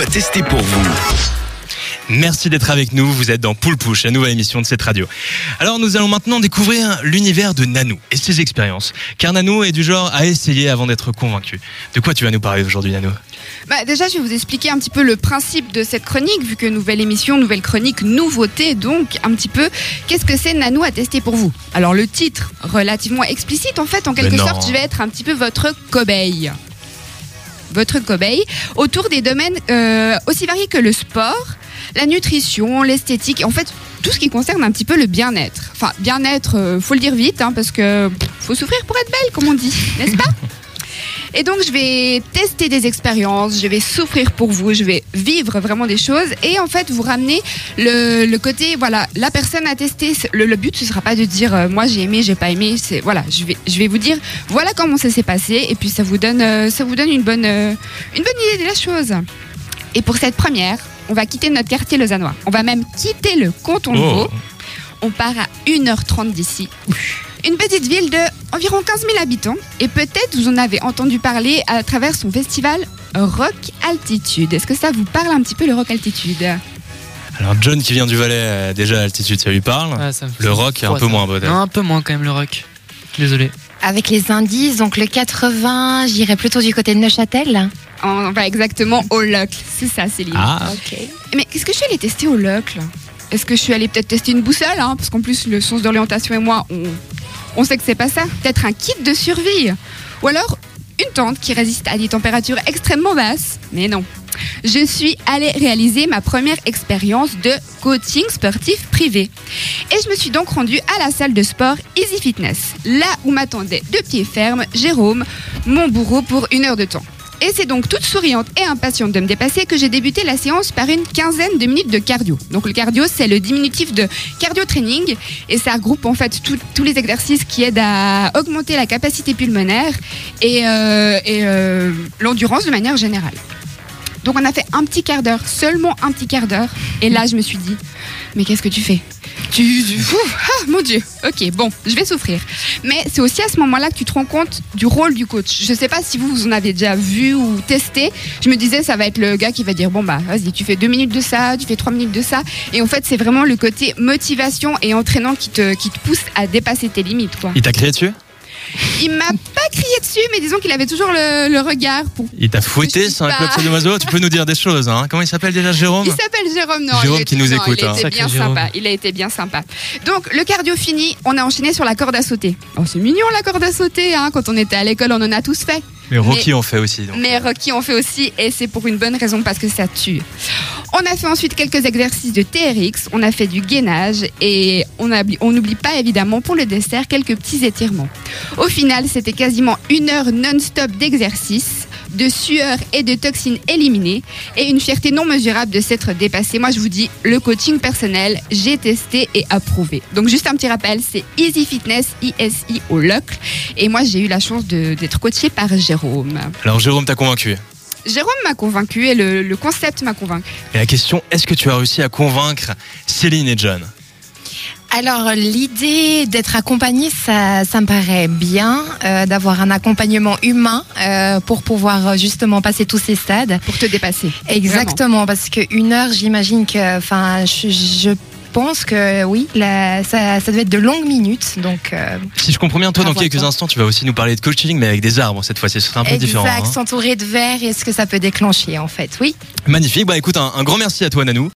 testé pour vous. Merci d'être avec nous, vous êtes dans Poule Pouche, la nouvelle émission de cette radio. Alors nous allons maintenant découvrir l'univers de Nanou et ses expériences. Car Nanou est du genre à essayer avant d'être convaincu. De quoi tu vas nous parler aujourd'hui, Nanou ? Déjà, je vais vous expliquer un petit peu le principe de cette chronique, vu que nouvelle émission, nouvelle chronique, nouveauté, donc un petit peu, qu'est-ce que c'est Nanou à tester pour vous ? Alors le titre, relativement explicite en fait, en quelque sorte, je vais être un petit peu votre cobaye. Votre cobaye, autour des domaines aussi variés que le sport, la nutrition, l'esthétique, en fait, tout ce qui concerne un petit peu le bien-être. Enfin, bien-être, faut le dire vite, parce que faut souffrir pour être belle, comme on dit, n'est-ce pas ? Et donc, je vais tester des expériences, je vais souffrir pour vous, je vais vivre vraiment des choses et en fait, vous ramener le côté, voilà, la personne à tester. Le but, ce sera pas de dire moi j'ai aimé, j'ai pas aimé. C'est voilà, je vais vous dire voilà comment ça s'est passé et puis ça vous donne une bonne idée de la chose. Et pour cette première, on va quitter notre quartier lausannois. On va même quitter le canton de Vaud. On part à 1h30 d'ici. Une petite ville de environ 15 000 habitants. Et peut-être vous en avez entendu parler à travers son festival Rock Altitude. Est-ce que ça vous parle un petit peu, le Rock Altitude ? Alors John qui vient du Valais, déjà Altitude, ça lui parle. Le rock, un peu moins peut-être. Non, un peu moins quand même le rock. Désolé. Avec les indices, donc le 80, j'irais plutôt du côté de Neuchâtel. On va exactement au Locle. C'est ça, Céline. Ah, ok. Mais qu'est-ce que je suis allée tester au Locle ? Est-ce que je suis allée peut-être tester une boussole, parce qu'en plus, le sens d'orientation et moi, on sait que c'est pas ça. Peut-être un kit de survie. Ou alors, une tente qui résiste à des températures extrêmement basses. Mais non. Je suis allée réaliser ma première expérience de coaching sportif privé. Et je me suis donc rendue à la salle de sport Easy Fitness. Là où m'attendait de pied ferme Jérôme, mon bourreau pour 1 heure de temps. Et c'est donc toute souriante et impatiente de me dépasser que j'ai débuté la séance par une quinzaine de minutes de cardio. Donc le cardio, c'est le diminutif de cardio training et ça regroupe en fait tous les exercices qui aident à augmenter la capacité pulmonaire et l'endurance de manière générale. Donc on a fait un petit quart d'heure, seulement un petit quart d'heure. Et là, je me suis dit, mais qu'est-ce que tu fais ? Mon Dieu, ok, bon, je vais souffrir. Mais c'est aussi à ce moment-là que tu te rends compte du rôle du coach. Je ne sais pas si vous en avez déjà vu ou testé. Je me disais, ça va être le gars qui va dire, bon bah, vas-y, tu fais 2 minutes de ça, tu fais 3 minutes de ça. Et en fait, c'est vraiment le côté motivation et entraînant qui te pousse à dépasser tes limites, quoi. il t'a crié dessus ? Il m'a pas crié dessus, mais disons qu'il avait toujours le regard pour... Il t'a fouetté, c'est un club sadomaso. Tu peux nous dire des choses, hein. Comment il s'appelle déjà, Jérôme ? Il s'appelle Jérôme, non. Jérôme qui nous écoute. Il a été bien sympa. Donc, le cardio fini, on a enchaîné sur la corde à sauter. Oh, c'est mignon la corde à sauter, Quand on était à l'école, on en a tous fait. Mais Rocky en fait aussi. Donc. Mais Rocky en fait aussi, et c'est pour une bonne raison, parce que ça tue. On a fait ensuite quelques exercices de TRX, on a fait du gainage, et on n'oublie pas évidemment pour le dessert quelques petits étirements. Au final, c'était quasiment 1 heure non-stop d'exercice, de sueur et de toxines éliminées, et une fierté non mesurable de s'être dépassée. Moi, je vous dis, le coaching personnel, j'ai testé et approuvé. Donc, juste un petit rappel, c'est Easy Fitness, ISI au Locle, et moi, j'ai eu la chance d'être coachée par Jérôme. Alors, Jérôme t'a convaincu ? Jérôme m'a convaincu et le concept m'a convaincu. Et la question, est-ce que tu as réussi à convaincre Céline et John ? Alors, l'idée d'être accompagné, ça me paraît bien, d'avoir un accompagnement humain pour pouvoir justement passer tous ces stades. Pour te dépasser. Exactement, parce que 1 heure, j'imagine que, je pense que oui, ça doit être de longues minutes. Donc, si je comprends bien, toi, dans quelques instants, tu vas aussi nous parler de coaching, mais avec des arbres cette fois-ci. Ce sera un peu différent. Exact, s'entourer de verre et ce que ça peut déclencher, en fait, oui. Magnifique. Bah écoute, un grand merci à toi, Nanou.